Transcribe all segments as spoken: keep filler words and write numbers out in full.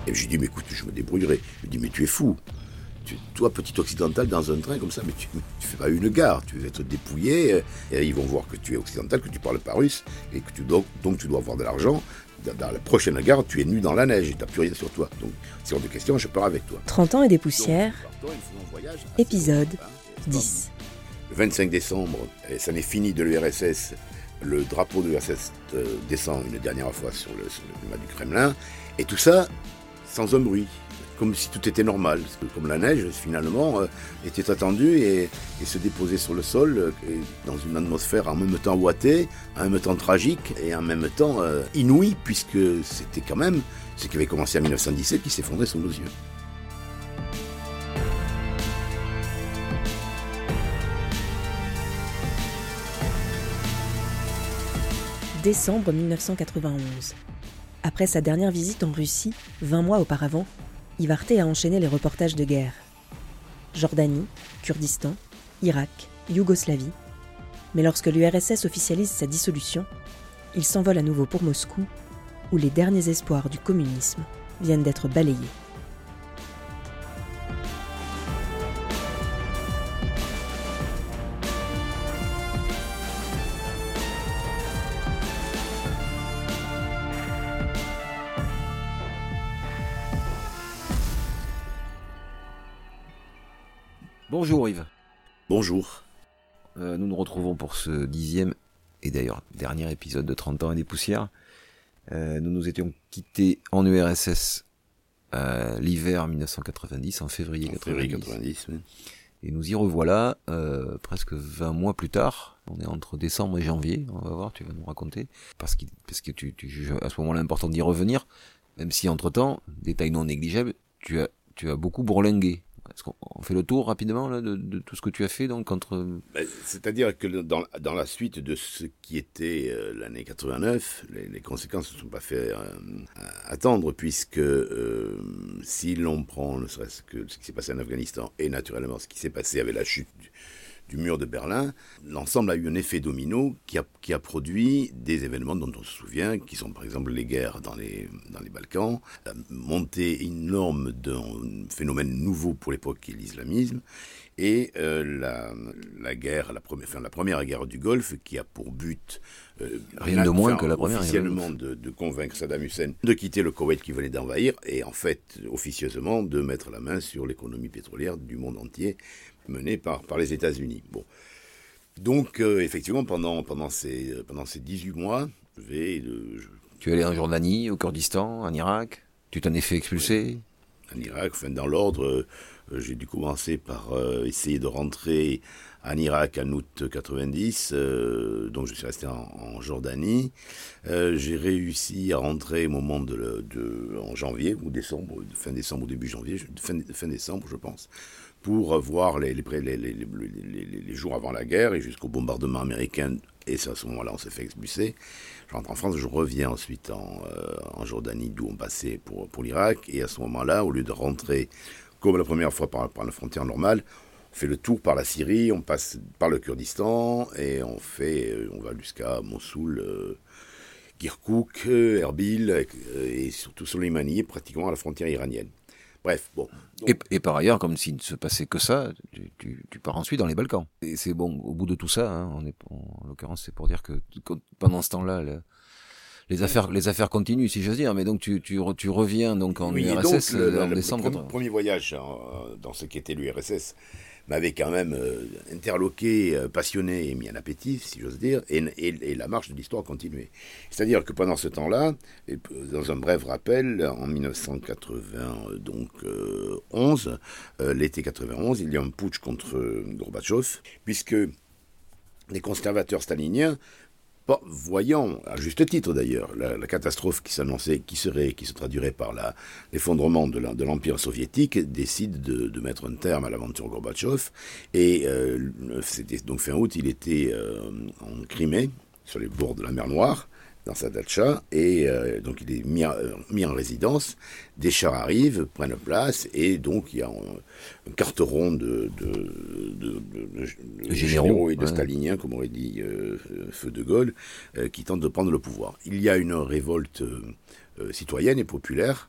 Et je lui dis, mais écoute, je me débrouillerai. Il me dit, mais tu es fou. Tu, toi, petit occidental, dans un train comme ça, mais tu ne fais pas une gare, tu vas être dépouillé, et ils vont voir que tu es occidental, que tu parles pas russe, et que tu dois, donc tu dois avoir de l'argent. Dans, dans la prochaine gare, tu es nu dans la neige, et tu n'as plus rien sur toi. Donc, c'est hors de question, je pars avec toi. trente ans et des poussières, donc, épisode dix. Le vingt-cinq décembre, et ça n'est fini de l'U R S S, le drapeau de l'U R S S descend une dernière fois sur le, sur le mât du Kremlin, et tout ça sans un bruit. Comme si tout était normal, comme la neige finalement euh, était attendue et, et se déposait sur le sol euh, dans une atmosphère en même temps ouatée, en même temps tragique et en même temps euh, inouïe, puisque c'était quand même ce qui avait commencé en mille neuf cent dix-sept qui s'effondrait sous nos yeux. Décembre mille neuf cent quatre-vingt-onze. Après sa dernière visite en Russie, vingt mois auparavant, Ivar T a enchaîné les reportages de guerre. Jordanie, Kurdistan, Irak, Yougoslavie. Mais lorsque l'U R S S officialise sa dissolution, il s'envole à nouveau pour Moscou, où les derniers espoirs du communisme viennent d'être balayés. Bonjour Yves. Bonjour. Euh, nous nous retrouvons pour ce dixième et d'ailleurs dernier épisode de trente ans et des poussières. Euh, nous nous étions quittés en U R S S euh, l'hiver mille neuf cent quatre-vingt-dix, en février quatre-vingt-dix. quatre-vingt-dix, oui. Et nous y revoilà euh, presque vingt mois plus tard. On est entre décembre et janvier, on va voir, tu vas nous raconter. Parce que, parce que tu, tu juges à ce moment-là important d'y revenir, même si entre-temps, détail non négligeable, tu as, tu as beaucoup bourlingué. Est-ce qu'on fait le tour rapidement là, de, de tout ce que tu as fait donc entre... C'est-à-dire que dans, dans la suite de ce qui était euh, l'année quatre-vingt-neuf, les, les conséquences ne se sont pas fait euh, attendre, puisque euh, si l'on prend ne serait-ce que ce qui s'est passé en Afghanistan et naturellement ce qui s'est passé avec la chute du, du mur de Berlin, l'ensemble a eu un effet domino qui a, qui a produit des événements dont on se souvient, qui sont par exemple les guerres dans les, dans les Balkans, la montée énorme d'un phénomène nouveau pour l'époque qui est l'islamisme, et euh, la, la guerre, la première, enfin, la première guerre du Golfe qui a pour but euh, rien de moins que la première officiellement de, de convaincre Saddam Hussein de quitter le Koweït qui venait d'envahir et en fait officieusement de mettre la main sur l'économie pétrolière du monde entier menée par, par les États-Unis. Bon. Donc euh, effectivement pendant, pendant, ces, pendant ces dix-huit mois, je vais... Euh, je... Tu es allé en Jordanie, au Kurdistan, en Irak, tu t'en es fait expulser. En Irak, enfin dans l'ordre, euh, j'ai dû commencer par euh, essayer de rentrer en Irak en août quatre-vingt-dix, euh, donc je suis resté en, en Jordanie. Euh, j'ai réussi à rentrer au moment de, de en janvier ou décembre, fin décembre ou début janvier, fin, fin décembre je pense, pour voir les, les, les, les, les, les, les jours avant la guerre et jusqu'au bombardement américain. Et c'est à ce moment-là on s'est fait expulser. Je rentre en France, je reviens ensuite en, euh, en Jordanie, d'où on passait pour, pour l'Irak. Et à ce moment-là, au lieu de rentrer comme la première fois par, par la frontière normale, on fait le tour par la Syrie, on passe par le Kurdistan et on fait, on va jusqu'à Mossoul, euh, Kirkouk, Erbil euh, et surtout Soleimani, pratiquement à la frontière iranienne. Bref, bon. Donc... Et, et par ailleurs, comme s'il ne se passait que ça, tu, tu, tu pars ensuite dans les Balkans. Et c'est bon, au bout de tout ça, hein, on est, en l'occurrence, c'est pour dire que pendant ce temps-là, le, les affaires, les affaires continuent, si j'ose dire. Mais donc tu, tu, tu reviens donc en oui, U R S S donc, le, en le, décembre. Le premier voyage euh, dans ce qu'était l'U R S S m'avait quand même euh, interloqué, euh, passionné et mis en appétit, si j'ose dire, et, et, et la marche de l'histoire continuait. C'est-à-dire que pendant ce temps-là, et, dans un bref rappel, en mille neuf cent quatre-vingt-onze, donc, euh, onze, euh, l'été quatre-vingt-onze, il y a un putsch contre euh, Gorbatchev, puisque les conservateurs staliniens, voyant, à juste titre d'ailleurs, la, la catastrophe qui s'annonçait, qui serait, qui se traduirait par la, l'effondrement de, la, de l'Empire soviétique, décide de, de mettre un terme à l'aventure Gorbatchev. Et euh, c'était donc fin août, il était euh, en Crimée, sur les bords de la mer Noire, dans sa datcha, et euh, donc il est mis, euh, mis en résidence. Des chars arrivent, prennent place, et donc il y a un, un carteron de, de, de, de, de, de généraux et de ouais. staliniens, comme aurait dit euh, Feu de Gaulle, euh, qui tentent de prendre le pouvoir. Il y a une révolte euh, citoyenne et populaire,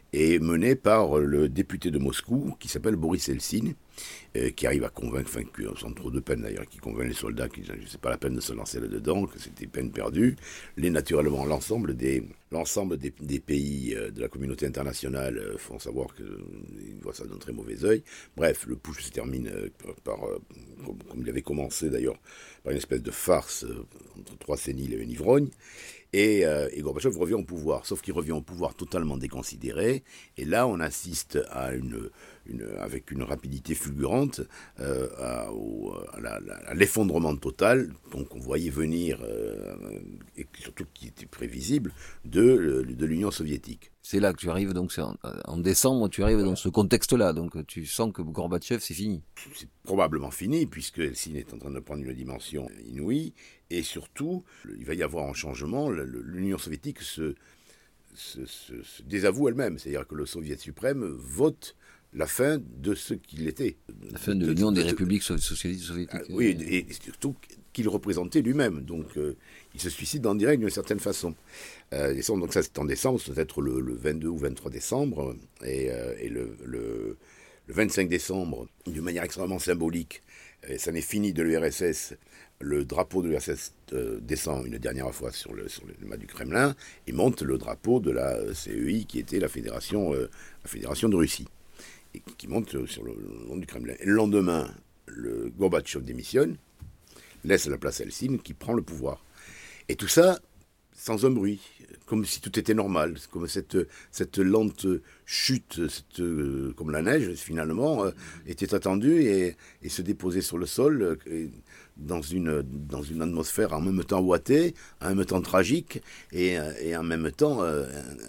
est menée par le député de Moscou qui s'appelle Boris Eltsine, euh, qui arrive à convaincre, enfin, sans trop de peine d'ailleurs, qui convainc les soldats que c'est pas la peine de se lancer là-dedans, que c'était peine perdue. Les, naturellement, l'ensemble des, l'ensemble des, des pays euh, de la communauté internationale euh, font savoir qu'ils voient ça d'un très mauvais œil. Bref, le putsch se termine euh, par, euh, comme, comme il avait commencé d'ailleurs, par une espèce de farce euh, entre trois séniles et un ivrogne. Et, euh, et Gorbatchev revient au pouvoir, sauf qu'il revient au pouvoir totalement déconsidéré. Et là, on assiste à une, une, avec une rapidité fulgurante euh, à, au, à, la, à l'effondrement total. Donc, on voyait venir, euh, et surtout qui était prévisible, de, de l'Union soviétique. C'est là que tu arrives, donc c'est en, en décembre, tu arrives voilà. Dans ce contexte-là. Donc, tu sens que Gorbatchev, c'est fini. C'est probablement fini, puisque Eltsine est en train de prendre une dimension inouïe. Et surtout, il va y avoir un changement. L'Union soviétique se, se, se, se désavoue elle-même. C'est-à-dire que le Soviet suprême vote la fin de ce qu'il était. La fin de, de l'Union de, des de, républiques socialistes soviétiques. Euh, oui, et, et surtout qu'il représentait lui-même. Donc, euh, il se suicide en direct d'une certaine façon. Euh, décembre, donc ça, c'est en décembre, c'est peut-être le, le vingt-deux ou vingt-trois décembre. Et, euh, et le, le, le vingt-cinq décembre, d'une manière extrêmement symbolique, et ça n'est fini de l'U R S S. Le drapeau de l'U R S S euh, descend une dernière fois sur le, sur le mât du Kremlin et monte le drapeau de la C E I, qui était la fédération, euh, la fédération de Russie, et qui monte sur le, le long du Kremlin. Et le lendemain, le Gorbatchev démissionne, laisse la place à Eltsine, qui prend le pouvoir. Et tout ça sans un bruit, comme si tout était normal, comme cette, cette lente chute, cette, euh, comme la neige, finalement, euh, était attendue et, et se déposait sur le sol euh, dans, une, dans une atmosphère en même temps ouatée, en même temps tragique et, et en même temps euh,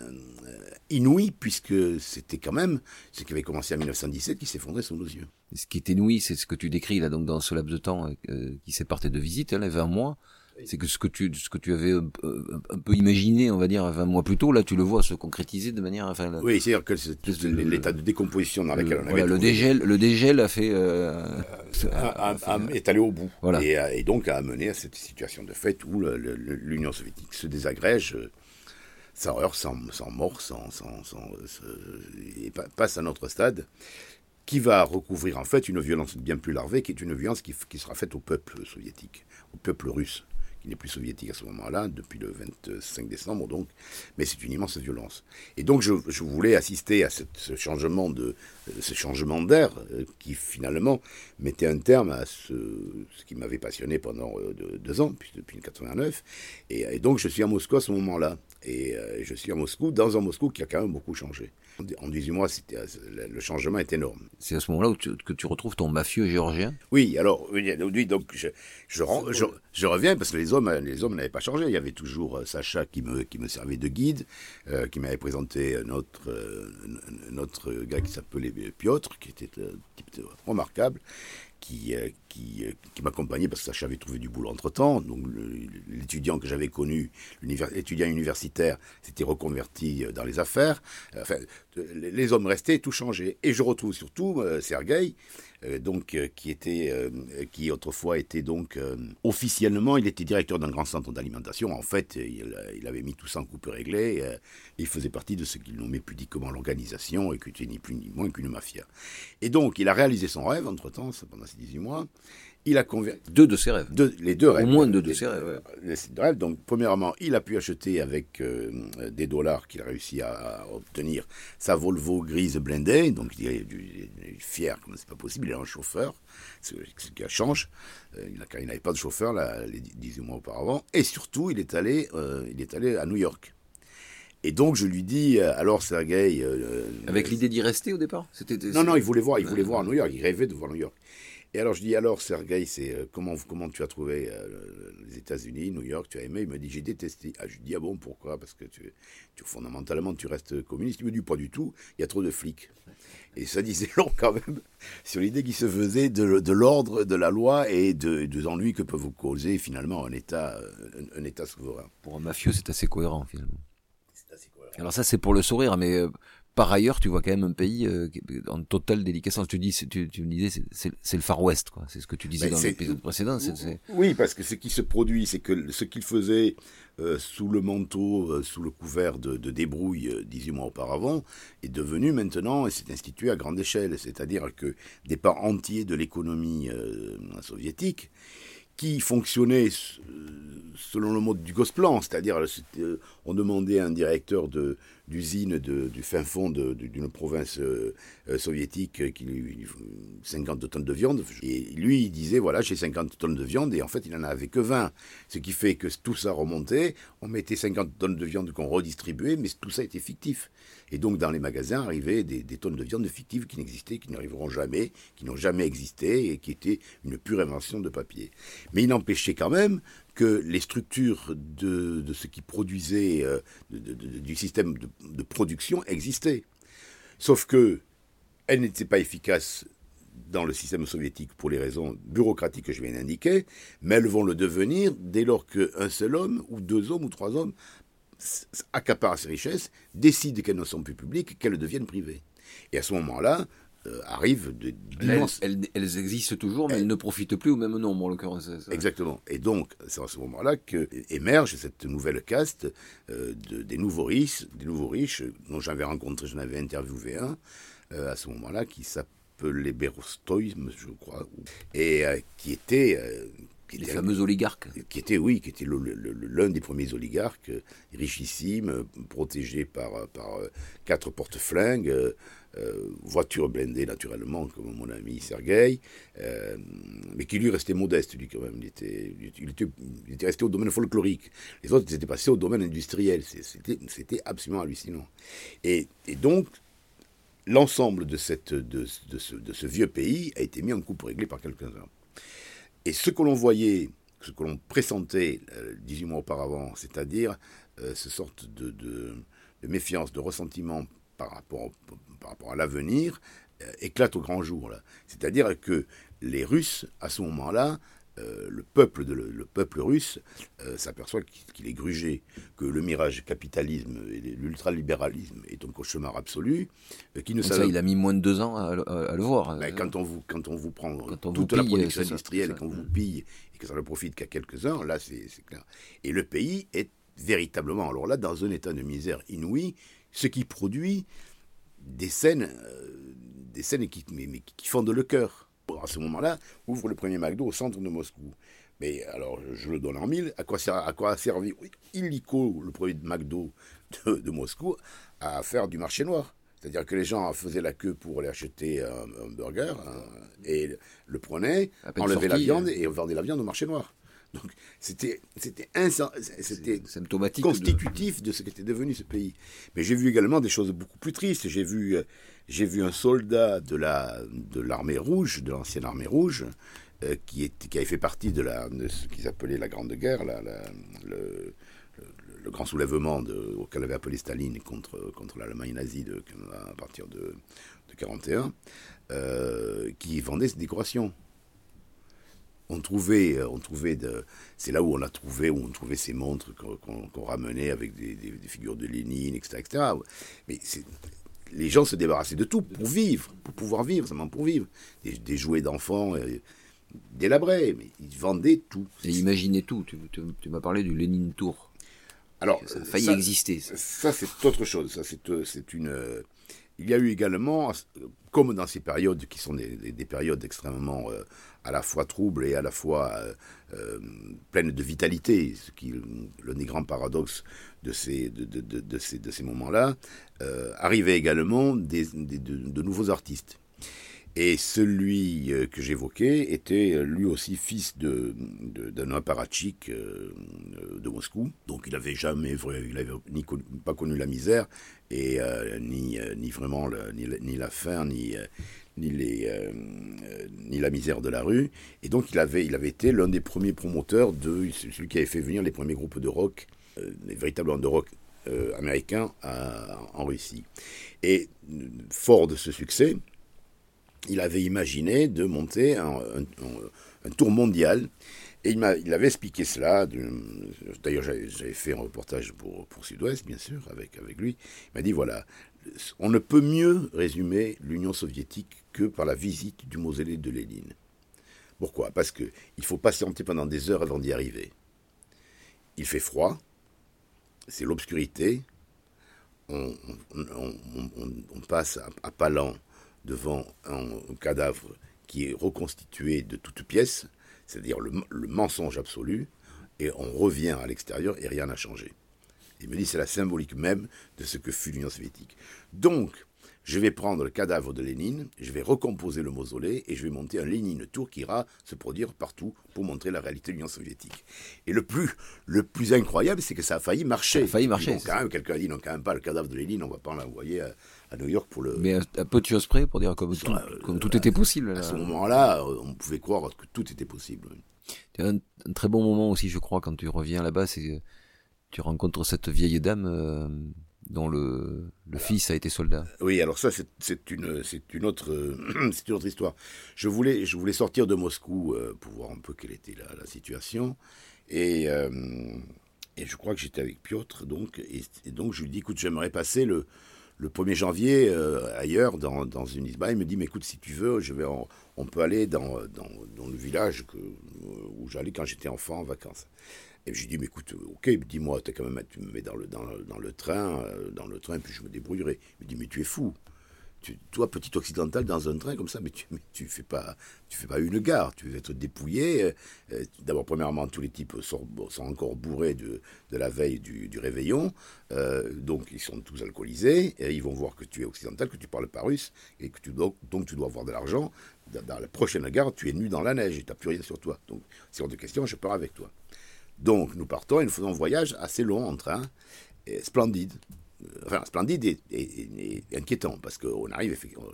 inouïe, puisque c'était quand même ce qui avait commencé en mille neuf cent dix-sept qui s'effondrait sous nos yeux. Ce qui est inouï, c'est ce que tu décris là, donc dans ce laps de temps euh, qui s'épartait de visite, hein, les vingt mois. C'est que ce que tu, ce que tu avais un, un peu imaginé, on va dire, vingt mois plus tôt, là, tu le vois se concrétiser de manière, enfin, là, oui, c'est-à-dire que c'est le, l'état de décomposition dans lequel le, on avait voilà, le dégel, le dégel a fait, euh, euh, a, a, a, a, est allé au bout, voilà. et, et donc a amené à cette situation de fait où le, le, l'Union soviétique se désagrège sans heurts, sans, sans mort, sans, sans, sans, et passe à notre stade, qui va recouvrir en fait une violence bien plus larvée, qui est une violence qui, qui sera faite au peuple soviétique, au peuple russe, qui n'est plus soviétique à ce moment-là, depuis le vingt-cinq décembre, donc, mais c'est une immense violence. Et donc, je, je voulais assister à cette, ce changement de, ce changement d'air, euh, qui finalement mettait un terme à ce, ce qui m'avait passionné pendant euh, deux, deux ans, puis, depuis quatre-vingt-neuf, et, et donc je suis à Moscou à ce moment-là, et euh, je suis à Moscou, dans un Moscou qui a quand même beaucoup changé. En dix-huit mois, c'était, le changement est énorme. C'est à ce moment-là où tu, que tu retrouves ton mafieux géorgien ? Oui, alors, oui, donc je, je, je, je reviens parce que les hommes, les hommes n'avaient pas changé. Il y avait toujours Sacha qui me, qui me servait de guide, euh, qui m'avait présenté notre, euh, notre gars qui s'appelait Piotr, qui était un type remarquable, qui, euh, qui, euh, qui m'accompagnait parce que Sacha avait trouvé du boulot entre-temps. Donc le, l'étudiant que j'avais connu, l'étudiant universitaire, s'était reconverti dans les affaires. Enfin, les hommes restaient, tout changeait. Et je retrouve surtout euh, Sergueï, euh, donc, euh, qui, était, euh, qui autrefois était donc, euh, officiellement, il était directeur d'un grand centre d'alimentation. En fait, il, il avait mis tout ça en coupe réglée. Euh, il faisait partie de ce qu'il nommait pudiquement l'organisation et qui était ni plus ni moins qu'une mafia. Et donc, il a réalisé son rêve, entre-temps, pendant ces dix-huit mois. Il a converti... Deux de ses rêves. Deux, les deux rêves. Au moins deux de ses rêves. Ouais. Les, les rêves. Donc, premièrement, il a pu acheter avec euh, des dollars qu'il a réussi à, à obtenir sa Volvo grise blindée. Donc, il est, il est fier, comme c'est pas possible. Il a un chauffeur, ce, ce qui change. Euh, il, a, il n'avait pas de chauffeur là, les dix-huit mois auparavant. Et surtout, il est allé, euh, il est allé à New York. Et donc je lui dis, euh, alors Sergueï... Euh, avec euh, l'idée d'y rester au départ ? C'était, Non, c'était... non, il voulait voir, il voulait voir New York, il rêvait de voir New York. Et alors je dis, alors Sergueï, c'est, euh, comment, comment tu as trouvé euh, les États-Unis, New York, tu as aimé ? Il me dit, j'ai détesté. Ah, je lui dis, ah bon, pourquoi ? Parce que tu, tu, fondamentalement, tu restes communiste. Il me dit, pas du tout, il y a trop de flics. Et ça disait long quand même sur l'idée qui se faisait de, de l'ordre, de la loi et de, de ennuis que peut vous causer finalement un État, un, un État souverain. Pour un mafieux, c'est assez cohérent finalement. Alors ça, c'est pour le sourire, mais par ailleurs, tu vois quand même un pays euh, en totale déliquescence. Tu dis, tu, tu me disais, c'est, c'est, c'est le Far West, quoi. C'est ce que tu disais Ben, dans c'est- l'épisode précédent. C'est, c'est... Oui, parce que ce qui se produit, c'est que ce qu'il faisait euh, sous le manteau, euh, sous le couvert de, de débrouille euh, dix-huit mois auparavant, est devenu maintenant, et s'est institué à grande échelle. C'est-à-dire que des pans entiers de l'économie euh, soviétique, qui fonctionnait euh, selon le mode du Gosplan, c'est-à-dire euh, on demandait à un directeur de, d'usine de, du fin fond de, de, d'une province euh, euh, soviétique qui lui cinquante tonnes de viande, et lui il disait voilà j'ai cinquante tonnes de viande, et en fait il n'en avait que vingt, ce qui fait que tout ça remontait, on mettait cinquante tonnes de viande qu'on redistribuait, mais tout ça était fictif. Et donc dans les magasins arrivaient des, des tonnes de viande fictives qui n'existaient, qui n'arriveront jamais, qui n'ont jamais existé, et qui étaient une pure invention de papier. Mais il n'empêchait quand même que les structures de, de ce qui produisait, euh, de, de, de, du système de, de production existaient. Sauf que elles n'étaient pas efficaces dans le système soviétique pour les raisons bureaucratiques que je viens d'indiquer, mais elles vont le devenir dès lors qu'un seul homme, ou deux hommes, ou trois hommes, accaparent ces richesses, décident qu'elles ne sont plus publiques, qu'elles deviennent privées. Et à ce moment-là, euh, arrivent de, d'immenses... Elles, elles, elles existent toujours, mais elles, elles ne profitent plus au même nombre, en l'occurrence. Ça. Exactement. Et donc, c'est à ce moment-là qu'émerge cette nouvelle caste euh, de, des nouveaux riches, des nouveaux riches, dont j'avais rencontré, j'en avais interviewé un, euh, à ce moment-là, qui s'appelait Berostoy, je crois, et euh, qui était... Euh, Qui les était, fameux oligarques. Qui était, oui, qui était le, le, le, l'un des premiers oligarques, richissimes, protégés par, par quatre porte-flingues, euh, voiture blindée naturellement, comme mon ami Sergueï, euh, mais qui lui restait modeste, lui quand même. Il était, il était, il était resté au domaine folklorique. Les autres, ils étaient passés au domaine industriel. C'était, c'était absolument hallucinant. Et, et donc, l'ensemble de, cette, de, de, ce, de ce vieux pays a été mis en coupe réglée par quelques-uns. Et ce que l'on voyait, ce que l'on pressentait euh, dix-huit mois auparavant, c'est-à-dire euh, ce sorte de, de, de méfiance, de ressentiment par rapport, par rapport à l'avenir, euh, éclate au grand jour. Là. C'est-à-dire que les Russes, à ce moment-là, euh, le, peuple de, le, le peuple russe euh, s'aperçoit qu'il est grugé, que le mirage capitalisme et l'ultralibéralisme est un cauchemar absolu. Euh, qui ne ça, il a mis moins de deux ans à, à, à le voir. Ben, quand, on vous, quand on vous prend quand on toute vous la pille, production ça, industrielle, ça, et qu'on ça. vous pille, et que ça ne profite qu'à quelques-uns, là c'est, c'est clair. Et le pays est véritablement, alors là, dans un état de misère inouï, ce qui produit des scènes, euh, des scènes qui, mais, mais qui fondent le cœur. À ce moment-là, ouvre le premier McDo au centre de Moscou. Mais alors, je le donne en mille, à quoi, à quoi a servi illico le premier McDo de, de Moscou à faire du marché noir. C'est-à-dire que les gens faisaient la queue pour aller acheter un, un burger hein, et le prenaient, enlevaient sorti, la viande euh... et vendaient la viande au marché noir. Donc c'était, c'était, insen... c'était symptomatique constitutif de... de ce qu'était devenu ce pays. Mais j'ai vu également des choses beaucoup plus tristes. J'ai vu, j'ai vu un soldat de, la, de l'armée rouge, de l'ancienne armée rouge, euh, qui, est, qui avait fait partie de, la, de ce qu'ils appelaient la Grande Guerre, la, la, le, le, le grand soulèvement de, auquel avait appelé Staline contre, contre l'Allemagne nazie de, à partir de, de quarante et un, euh, qui vendait ses décorations. On trouvait, on trouvait de, c'est là où on a trouvé, où on trouvait ces montres qu'on, qu'on, qu'on ramenait avec des, des, des figures de Lénine, et cetera, et cetera. Mais c'est, les gens se débarrassaient de tout pour vivre, pour pouvoir vivre, seulement pour vivre. Des, des jouets d'enfants euh, délabrés, mais ils vendaient tout. Et imaginez tout. Tu, tu, tu m'as parlé du Lénine Tour. Alors, ça a failli ça, exister. Ça. ça, c'est autre chose. Ça, c'est, c'est une. Euh, il y a eu également, comme dans ces périodes qui sont des, des, des périodes extrêmement euh, à la fois troubles et à la fois euh, euh, pleines de vitalité, ce qui l'un des grands paradoxes de ces, de, de, de, de ces, de ces moments-là, euh, arrivaient également des, des, de, de nouveaux artistes. Et celui euh, que j'évoquais était lui aussi fils de, de, d'un apparatchik euh, de Moscou. Donc il n'avait jamais, il avait ni connu, pas connu la misère, et euh, ni, euh, ni vraiment le, ni, ni la faim, ni, euh, ni, les, euh, euh, ni la misère de la rue. Et donc il avait, il avait été l'un des premiers promoteurs de celui qui avait fait venir les premiers groupes de rock, euh, les véritables groupes de rock euh, américains à, en Russie. Et fort de ce succès, il avait imaginé de monter un, un, un tour mondial Et il, m'a, il avait expliqué cela. De, d'ailleurs, j'avais, j'avais fait un reportage pour, pour Sud-Ouest, bien sûr, avec, avec lui. Il m'a dit, voilà, on ne peut mieux résumer l'Union soviétique que par la visite du mausolée de Lénine. Pourquoi ? Parce qu'il faut patienter pendant des heures avant d'y arriver. Il fait froid, c'est l'obscurité, on, on, on, on, on passe à, à pas lents devant un, un cadavre qui est reconstitué de toutes pièces, c'est-à-dire le, le mensonge absolu, et on revient à l'extérieur et rien n'a changé. Il me dit c'est la symbolique même de ce que fut l'Union soviétique. Donc, je vais prendre le cadavre de Lénine, je vais recomposer le mausolée et je vais monter un Lénine Tour qui ira se produire partout pour montrer la réalité de l'Union soviétique. Et le plus, le plus incroyable, c'est que ça a failli marcher. Ça a failli marcher. Bon, quand même, quelqu'un a dit non, quand même pas le cadavre de Lénine, on ne va pas l'envoyer à, à New York pour le. Mais un peu de choses près pour dire comme, tout, euh, comme tout était possible. À ce moment-là, on pouvait croire que tout était possible. Un, un très bon moment aussi, je crois, quand tu reviens là-bas, c'est que tu rencontres cette vieille dame. Euh... dont le, le fils a été soldat. Oui, alors ça, c'est, c'est, une, c'est, une, autre, c'est une autre histoire. Je voulais, je voulais sortir de Moscou euh, pour voir un peu quelle était la, la situation. Et, euh, et je crois que j'étais avec Piotr, donc, et, et donc je lui dis, écoute, j'aimerais passer le, le premier janvier euh, ailleurs, dans, dans une isba. Il me dit, mais écoute, si tu veux, je vais en, on peut aller dans, dans, dans le village que, où j'allais quand j'étais enfant en vacances. Et je lui dis, mais écoute, ok, dis-moi, t'as quand même, tu me mets dans le, dans le, dans le train, euh, dans le train, puis je me débrouillerai. Il me dit, mais tu es fou. Tu, toi, petit occidental, dans un train comme ça, mais tu mais tu fais pas, tu fais pas une gare, tu veux être dépouillé. Euh, d'abord, premièrement, tous les types sont, sont encore bourrés de, de la veille du, du réveillon, euh, donc ils sont tous alcoolisés, et ils vont voir que tu es occidental, que tu parles pas russe, et que tu dois, donc tu dois avoir de l'argent. Dans, dans la prochaine gare, tu es nu dans la neige, et tu n'as plus rien sur toi. Donc, c'est hors de question, je pars avec toi. Donc, nous partons et nous faisons un voyage assez long en train, et splendide. Enfin, splendide et, et, et inquiétant, parce qu'on arrive,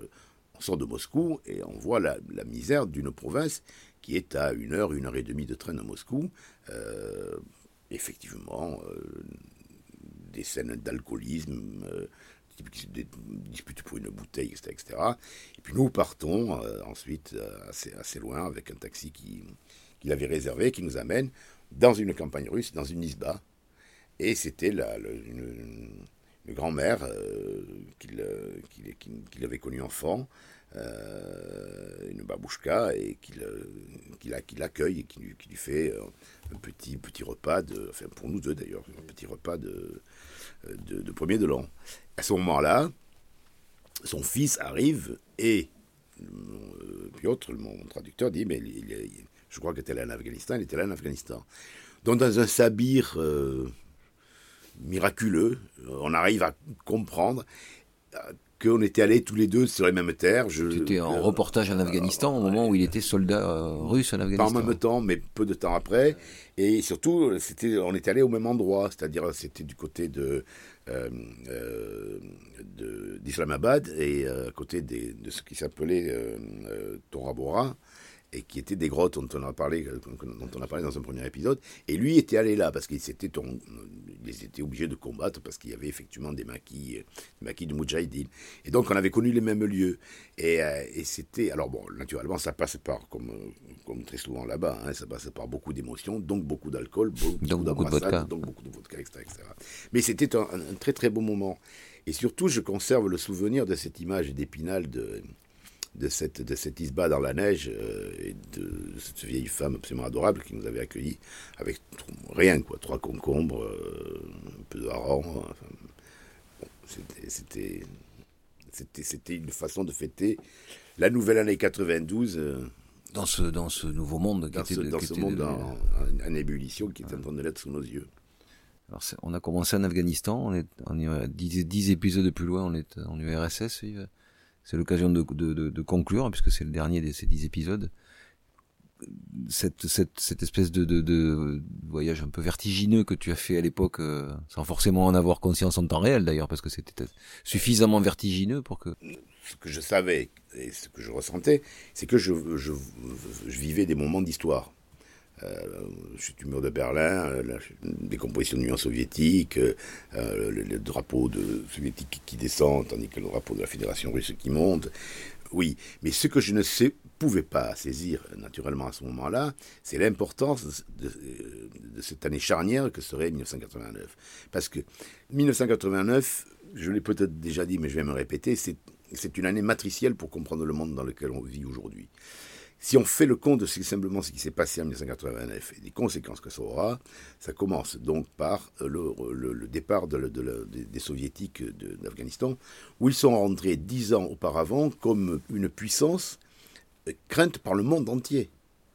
on sort de Moscou et on voit la, la misère d'une province qui est à une heure, une heure et demie de train de Moscou. Euh, effectivement, euh, des scènes d'alcoolisme, euh, qui se disputent pour une bouteille, et cetera, et cetera. Et puis nous partons euh, ensuite euh, assez, assez loin avec un taxi qui, qu'il avait réservé, qui nous amène dans une campagne russe, dans une isba. Et c'était la, la, une, une grand-mère euh, qu'il, qu'il, qu'il avait connue enfant, euh, une babouchka, et qu'il, qu'il, qu'il accueille et qui lui, qui lui fait un petit, petit repas, de, enfin pour nous deux d'ailleurs, un petit repas de, de, de premier de l'an. À ce moment-là, son fils arrive et euh, Piotr, mon traducteur, dit, mais il, il, je crois qu'il était là en Afghanistan, il était là en Afghanistan. Donc dans un sabir euh, miraculeux, on arrive à comprendre qu'on était allés tous les deux sur les mêmes terres. Je, tu étais en euh, reportage en Afghanistan euh, au moment où il était soldat euh, russe en Afghanistan. Pas en même temps, mais peu de temps après. Et surtout, c'était, on était allés au même endroit, c'est-à-dire c'était du côté de, euh, euh, de, d'Islamabad et euh, à côté des, de ce qui s'appelait euh, euh, Tora Bora, et qui étaient des grottes dont on a parlé, dont on a parlé dans un premier épisode. Et lui était allé là parce qu'il s'était, on, ils étaient obligés de combattre parce qu'il y avait effectivement des maquis, des maquis de Moudjahidine. Et donc on avait connu les mêmes lieux. Et, euh, et c'était, alors bon, naturellement ça passe par, comme, comme très souvent là-bas, hein, ça passe par beaucoup d'émotions, donc beaucoup d'alcool, beaucoup, donc beaucoup de vodka, donc beaucoup de vodka, et cetera, et cetera. Mais c'était un, un très très beau moment. Et surtout, je conserve le souvenir de cette image d'Épinal de de cette, de cette isba dans la neige euh, et de cette vieille femme absolument adorable qui nous avait accueillis avec rien, quoi, trois concombres, euh, un peu de hareng. Enfin, bon, c'était, c'était, c'était, c'était une façon de fêter la nouvelle année quatre-vingt-douze. Euh, dans, ce, dans ce nouveau monde qui dans était ce, de, dans qui ce était monde de... en, en, en ébullition qui est en train de l'être sous nos yeux. Alors on a commencé en Afghanistan, on est, on est dix, dix épisodes plus loin, on est en U R S S. Oui. C'est l'occasion de, de, de, de conclure, puisque c'est le dernier de ces dix épisodes, cette, cette, cette espèce de, de, de voyage un peu vertigineux que tu as fait à l'époque, euh, sans forcément en avoir conscience en temps réel d'ailleurs, parce que c'était suffisamment vertigineux pour que... Ce que je savais et ce que je ressentais, c'est que je, je, je vivais des moments d'histoire. Euh, chute du mur de Berlin, euh, la décomposition de l'Union soviétique, euh, le, le drapeau de soviétique qui descend, tandis que le drapeau de la Fédération russe qui monte. Oui, mais ce que je ne sais pouvait pas saisir naturellement à ce moment-là, c'est l'importance de, de, de cette année charnière que serait mille neuf cent quatre-vingt-neuf. Parce que mille neuf cent quatre-vingt-neuf, je l'ai peut-être déjà dit, mais je vais me répéter, c'est, c'est une année matricielle pour comprendre le monde dans lequel on vit aujourd'hui. Si on fait le compte de simplement ce qui s'est passé en mille neuf cent quatre-vingt-neuf et des conséquences que ça aura, ça commence donc par le, le, le départ de, de, de, des soviétiques de, d'Afghanistan, où ils sont rentrés dix ans auparavant comme une puissance crainte par le monde entier.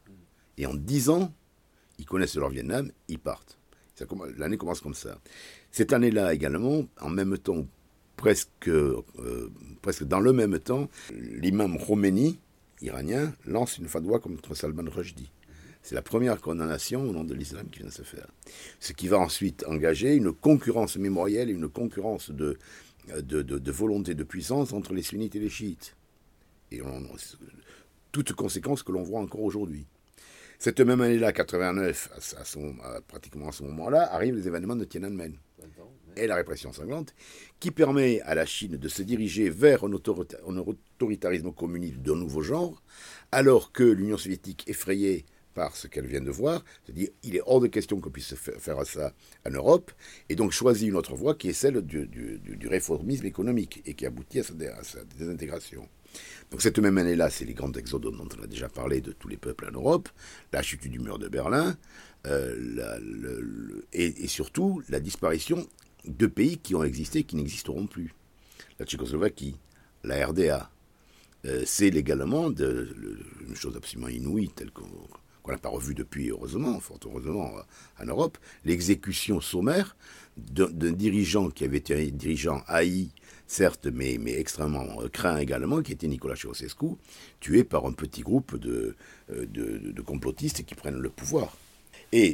Et en dix ans, ils connaissent leur Vietnam, ils partent. Ça, l'année commence comme ça. Cette année-là également, en même temps, presque, euh, presque dans le même temps, l'imam Khomeini, iranien, lance une fatwa contre Salman Rushdie. C'est la première condamnation au nom de l'islam qui vient de se faire. Ce qui va ensuite engager une concurrence mémorielle et une concurrence de, de, de, de volonté de puissance entre les sunnites et les chiites. Et on, toutes conséquences que l'on voit encore aujourd'hui. Cette même année-là, quatre-vingt-neuf, à, à son, à, pratiquement à ce moment-là, arrivent les événements de Tiananmen et la répression sanglante, qui permet à la Chine de se diriger vers un, autorita- un autoritarisme communiste d'un nouveau genre, alors que l'Union soviétique, effrayée par ce qu'elle vient de voir, se dit il est hors de question qu'on puisse faire ça en Europe, et donc choisit une autre voie qui est celle du, du, du, du réformisme économique, et qui aboutit à sa, à sa désintégration. Donc cette même année-là, c'est les grands exodes dont on a déjà parlé de tous les peuples en Europe, la chute du mur de Berlin, euh, la, le, le, et, et surtout la disparition de pays qui ont existé et qui n'existeront plus. La Tchécoslovaquie, la R D A, euh, c'est également de, de, une chose absolument inouïe, telle qu'on qu'on n'a pas revue depuis, heureusement, fort heureusement, en Europe, l'exécution sommaire d'un, d'un dirigeant qui avait été un dirigeant haï, certes, mais, mais extrêmement craint également, qui était Nicolas Ceausescu, tué par un petit groupe de, de, de, de complotistes qui prennent le pouvoir. Et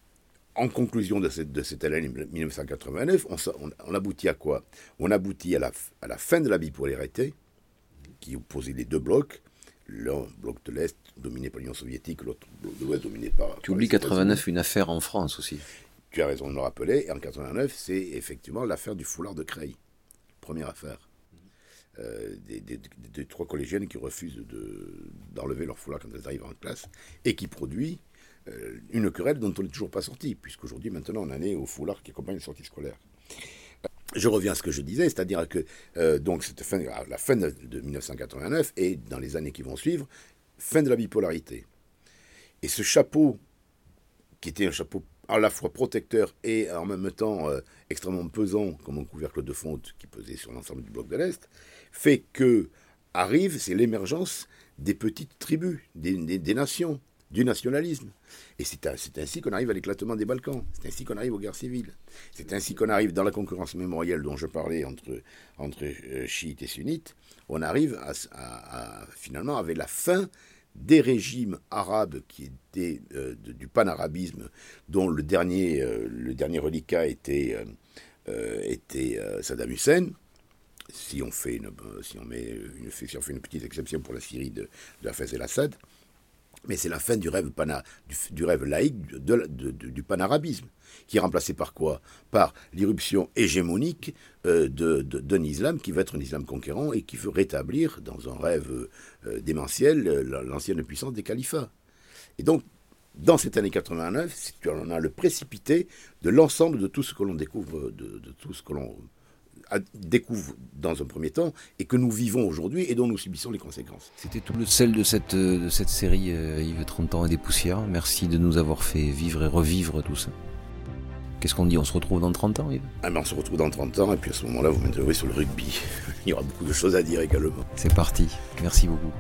en conclusion de cette, de cette année mille neuf cent quatre-vingt-neuf, on, on, on aboutit à quoi? On aboutit à la, à la fin de la bipolarité, qui opposait les deux blocs, l'un bloc de l'Est dominé par l'Union soviétique, l'autre bloc de l'Ouest dominé par... Tu oublies quatre-vingt-neuf, une affaire en France aussi. Tu as raison de le rappeler, et en quatre-vingt-neuf, c'est effectivement l'affaire du foulard de Creil. Première affaire. Euh, des, des, des, des trois collégiennes qui refusent de, d'enlever leur foulard quand elles arrivent en classe, et qui produit euh, une querelle dont on n'est toujours pas sorti, puisqu'aujourd'hui, maintenant, on en est au foulard qui accompagne les sorties scolaires. Je reviens à ce que je disais, c'est-à-dire que euh, donc cette fin, la fin de, de mille neuf cent quatre-vingt-neuf et dans les années qui vont suivre, fin de la bipolarité. Et ce chapeau, qui était un chapeau à la fois protecteur et en même temps euh, extrêmement pesant, comme un couvercle de fonte qui pesait sur l'ensemble du bloc de l'Est, fait que arrive, c'est l'émergence des petites tribus, des, des, des nations, du nationalisme. Et c'est, un, c'est ainsi qu'on arrive à l'éclatement des Balkans, c'est ainsi qu'on arrive aux guerres civiles, c'est ainsi qu'on arrive dans la concurrence mémorielle dont je parlais entre, entre euh, chiites et sunnites, on arrive à, à, à, finalement avec la fin des régimes arabes qui étaient euh, de, du panarabisme, dont le dernier, euh, le dernier reliquat était, euh, euh, était euh, Saddam Hussein. Si on fait une, si on met une, si on fait une petite exception pour la Syrie de, de Hafez el-Assad, mais c'est la fin du rêve, pana, du, du rêve laïque de, de, de, de, du panarabisme, qui est remplacé par quoi? Par l'irruption hégémonique euh, de, de, d'un islam qui va être un islam conquérant et qui veut rétablir, dans un rêve euh, démentiel, l'ancienne puissance des califats. Et donc, dans cette année quatre-vingt-neuf, on a le précipité de l'ensemble de tout ce que l'on découvre, de, de tout ce que l'on découvre dans un premier temps et que nous vivons aujourd'hui et dont nous subissons les conséquences. C'était tout le sel de cette, de cette série euh, Yves trente ans et des poussières. Merci de nous avoir fait vivre et revivre tout ça. Qu'est-ce qu'on dit? On se retrouve dans trente ans, Yves? Ah ben on se retrouve dans trente ans et puis à ce moment-là vous m'interrogez sur le rugby. Il y aura beaucoup de choses à dire également. C'est parti, merci beaucoup.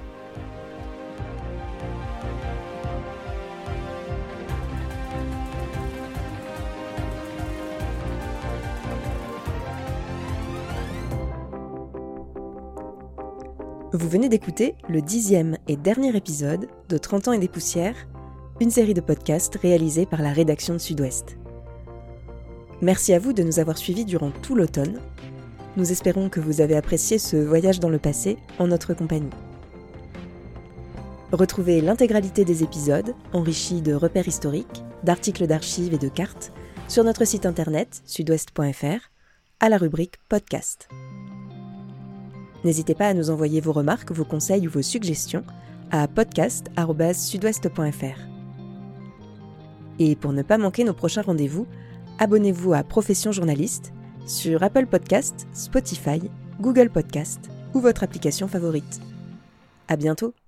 Vous venez d'écouter le dixième et dernier épisode de trente ans et des poussières, une série de podcasts réalisés par la rédaction de Sud-Ouest. Merci à vous de nous avoir suivis durant tout l'automne. Nous espérons que vous avez apprécié ce voyage dans le passé en notre compagnie. Retrouvez l'intégralité des épisodes, enrichis de repères historiques, d'articles d'archives et de cartes, sur notre site internet sudouest point f r, à la rubrique Podcast. N'hésitez pas à nous envoyer vos remarques, vos conseils ou vos suggestions à podcast arobase sudouest point f r. Et pour ne pas manquer nos prochains rendez-vous, abonnez-vous à Profession Journaliste sur Apple Podcasts, Spotify, Google Podcasts ou votre application favorite. À bientôt!